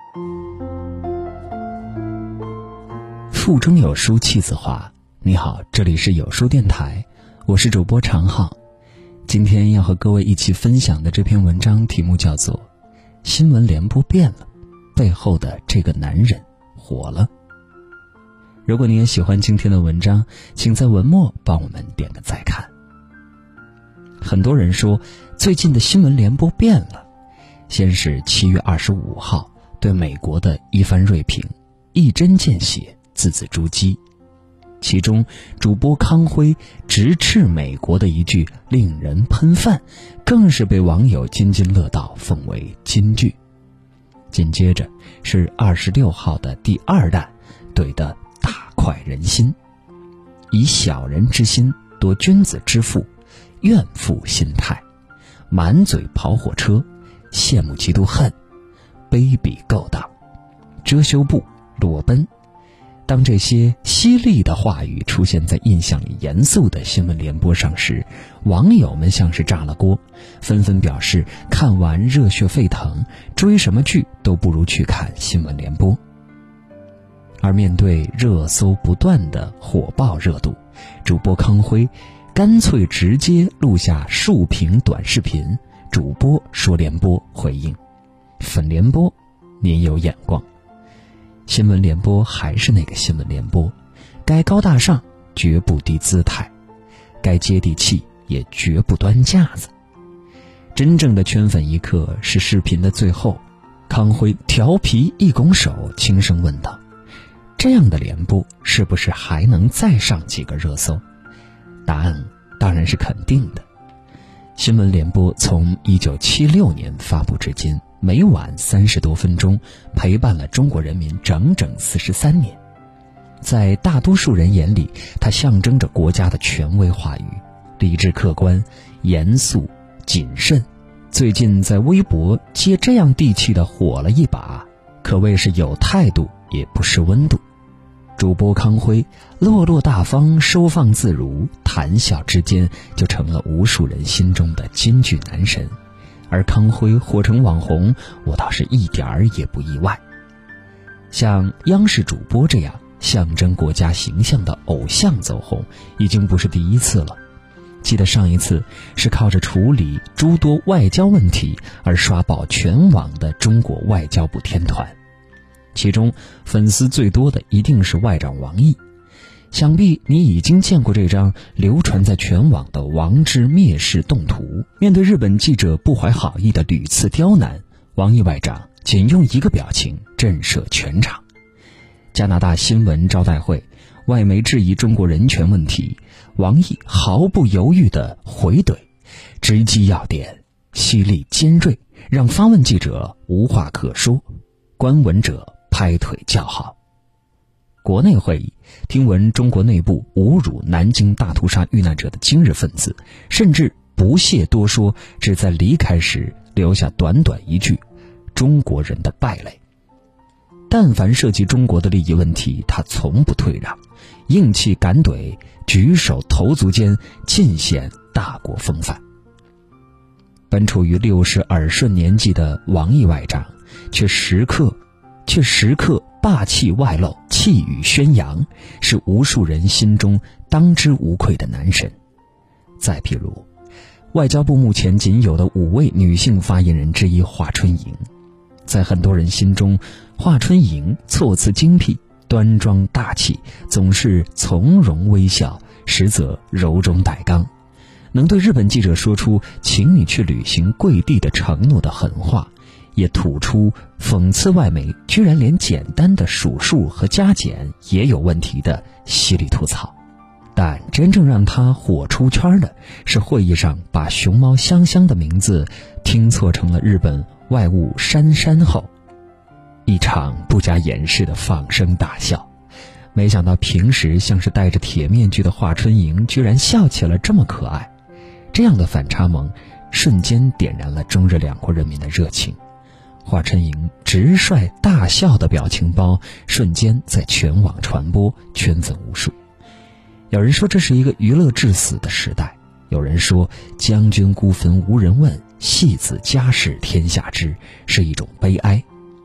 腹中有书气自华。你好，这里是有书电台，我是主播常浩。今天要和各位一起分享的这篇文章题目叫做新闻联播变了，背后的这个男人火了。如果你也喜欢今天的文章，请在文末帮我们点个再看。很多人说最近的新闻联播变了，先是7月25号对美国的一番锐评，一针见血，字字珠玑。其中主播康辉直斥美国的一句令人喷饭，更是被网友津津乐道，奉为金句。紧接着是26号的第二弹，怼得大快人心，以小人之心夺君子之腹，怨妇心态，满嘴跑火车，羡慕嫉妒恨，卑鄙勾当，遮羞布，裸奔。当这些犀利的话语出现在印象里严肃的新闻联播上时，网友们像是炸了锅，纷纷表示看完热血沸腾，追什么剧都不如去看新闻联播。而面对热搜不断的火爆热度，主播康辉干脆直接录下数屏短视频，主播说联播回应：粉联播您有眼光。新闻联播还是那个新闻联播，该高大上绝不低姿态，该接地气也绝不端架子。真正的圈粉一刻是视频的最后，康辉调皮一拱手，轻声问道：这样的联播是不是还能再上几个热搜？答案当然是肯定的。新闻联播从1976年发布至今，每晚30多分钟，陪伴了中国人民整整43年。在大多数人眼里，它象征着国家的权威话语，理智客观，严肃谨慎。最近在微博借这样地气的火了一把，可谓是有态度也不失温度。主播康辉落落大方，收放自如，谈笑之间就成了无数人心中的金句男神。而康辉火成网红，我倒是一点儿也不意外。像央视主播这样象征国家形象的偶像走红，已经不是第一次了。记得上一次是靠着处理诸多外交问题而刷爆全网的中国外交部天团，其中粉丝最多的一定是外长王毅。想必你已经见过这张流传在全网的王之蔑视动图。面对日本记者不怀好意的屡次刁难，王毅外长仅用一个表情震慑全场。加拿大新闻招待会，外媒质疑中国人权问题，王毅毫不犹豫地回怼，直击要点，犀利尖锐，让发问记者无话可说，观闻者拍腿叫好。国内会议，听闻中国内部侮辱南京大屠杀遇难者的今日分子，甚至不屑多说，只在离开时留下短短一句：中国人的败类。但凡涉及中国的利益问题，他从不退让，硬气敢怼，举手投足间尽显大国风范。本处于60耳顺年纪的王毅外长，却时刻霸气外露，气宇轩扬，是无数人心中当之无愧的男神。再譬如，外交部目前仅有的5位女性发言人之一华春莹，在很多人心中，华春莹措辞精辟，端庄大气，总是从容微笑，实则柔中带刚，能对日本记者说出请你去履行跪地的承诺的狠话，也吐出讽刺外媒居然连简单的数数和加减也有问题的犀利吐槽。但真正让他火出圈的是会议上把熊猫香香的名字听错成了日本外务珊珊后，一场不加掩饰的放声大笑。没想到平时像是戴着铁面具的华春莹居然笑起了这么可爱，这样的反差萌瞬间点燃了中日两国人民的热情。华春莹直率大笑的表情包瞬间在全网传播，圈粉无数。有人说这是一个娱乐至死的时代，有人说将军孤坟无人问，戏子家事天下知，是一种悲哀。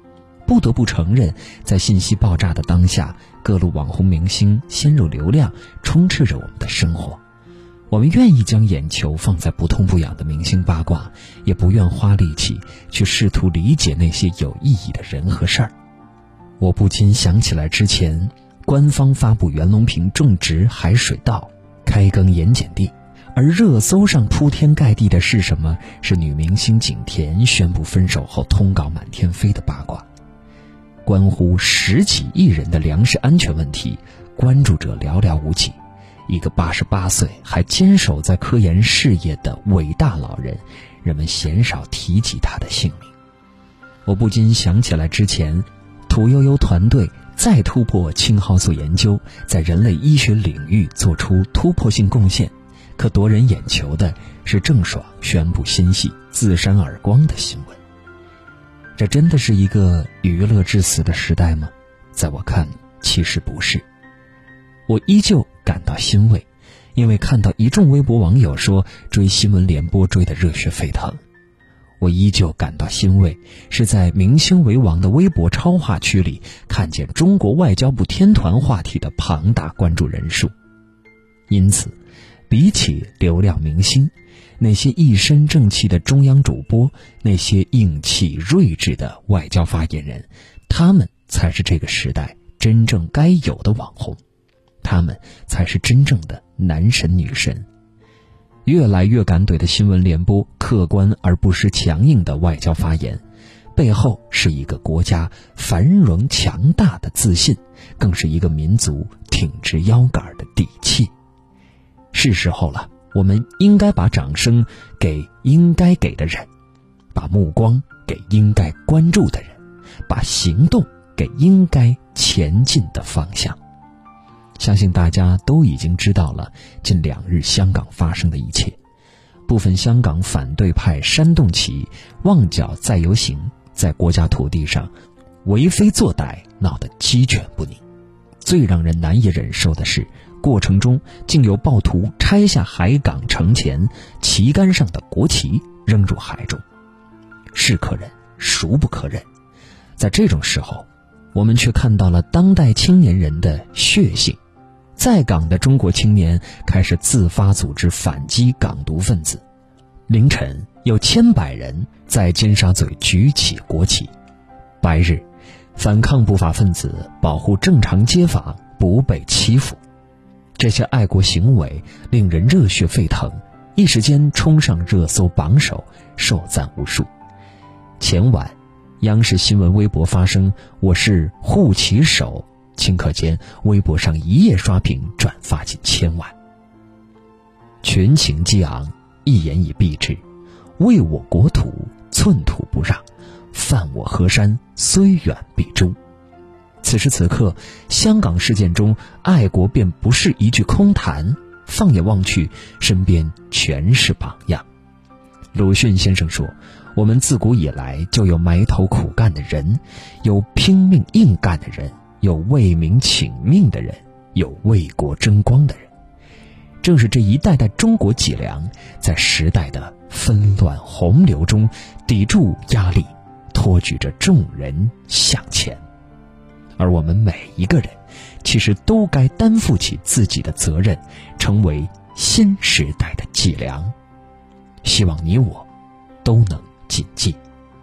不得不承认，在信息爆炸的当下，各路网红明星鲜肉流量充斥着我们的生活。我们愿意将眼球放在不痛不痒的明星八卦，也不愿花力气去试图理解那些有意义的人和事儿。我不禁想起来之前官方发布袁隆平种植海水稻开耕盐碱地，而热搜上铺天盖地的是什么？是女明星景甜宣布分手后通稿满天飞的八卦。关乎10几亿人的粮食安全问题，关注者寥寥无几。一个88岁还坚守在科研事业的伟大老人，人们鲜少提及他的姓名。我不禁想起来之前屠呦呦团队再突破青蒿素研究，在人类医学领域做出突破性贡献，可夺人眼球的是郑爽宣布新戏自扇耳光的新闻。这真的是一个娱乐至死的时代吗？在我看，其实不是。我依旧感到欣慰，因为看到一众微博网友说追新闻联播追得热血沸腾。我依旧感到欣慰，是在明星为王的微博超话区里看见中国外交部天团话题的庞大关注人数。因此，比起流量明星，那些一身正气的中央主播，那些硬气睿智的外交发言人，他们才是这个时代真正该有的网红，他们才是真正的男神女神。越来越敢怼的新闻联播，客观而不失强硬的外交发言，背后是一个国家繁荣强大的自信，更是一个民族挺直腰杆的底气。是时候了，我们应该把掌声给应该给的人，把目光给应该关注的人，把行动给应该前进的方向。相信大家都已经知道了近2日香港发生的一切，部分香港反对派煽动起旺角再游行，在国家土地上为非作歹，闹得鸡犬不宁。最让人难以忍受的是，过程中竟有暴徒拆下海港城前旗杆上的国旗扔入海中。是可忍，孰不可忍。在这种时候，我们却看到了当代青年人的血性。在港的中国青年开始自发组织反击港独分子。凌晨有千百人在尖沙咀举起国旗。白日，反抗不法分子保护正常街坊不被欺负。这些爱国行为令人热血沸腾，一时间冲上热搜榜首，受赞无数。前晚，央视新闻微博发声我是护旗手，顷刻间微博上一夜刷屏转发近1000万。群情激昂，一言以蔽之，为我国土寸土不让，犯我河山虽远必诛。此时此刻，香港事件中爱国便不是一句空谈，放眼望去，身边全是榜样。鲁迅先生说，我们自古以来就有埋头苦干的人，有拼命硬干的人，有为民请命的人，有为国争光的人。正是这一代代中国脊梁，在时代的纷乱洪流中抵住压力，托举着众人向前。而我们每一个人其实都该担负起自己的责任，成为新时代的脊梁。希望你我都能谨记。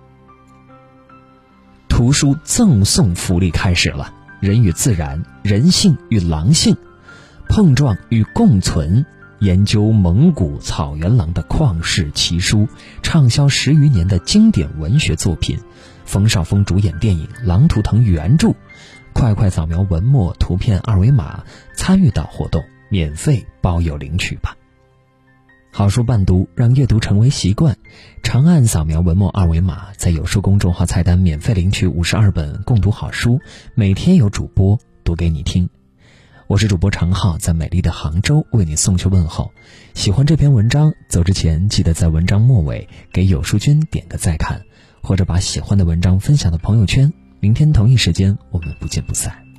图书赠送福利开始了，人与自然，人性与狼性，碰撞与共存，研究蒙古草原狼的旷世奇书，畅销10余年的经典文学作品，冯绍峰主演电影《狼图腾》原著，快快扫描文末图片二维码，参与到活动，免费包邮领取吧。好书伴读，让阅读成为习惯。长按扫描文末二维码，在有书公众号菜单免费领取52本共读好书，每天有主播读给你听。我是主播常浩，在美丽的杭州为你送去问候。喜欢这篇文章，走之前记得在文章末尾给有书君点个再看，或者把喜欢的文章分享到朋友圈。明天同一时间，我们不见不散。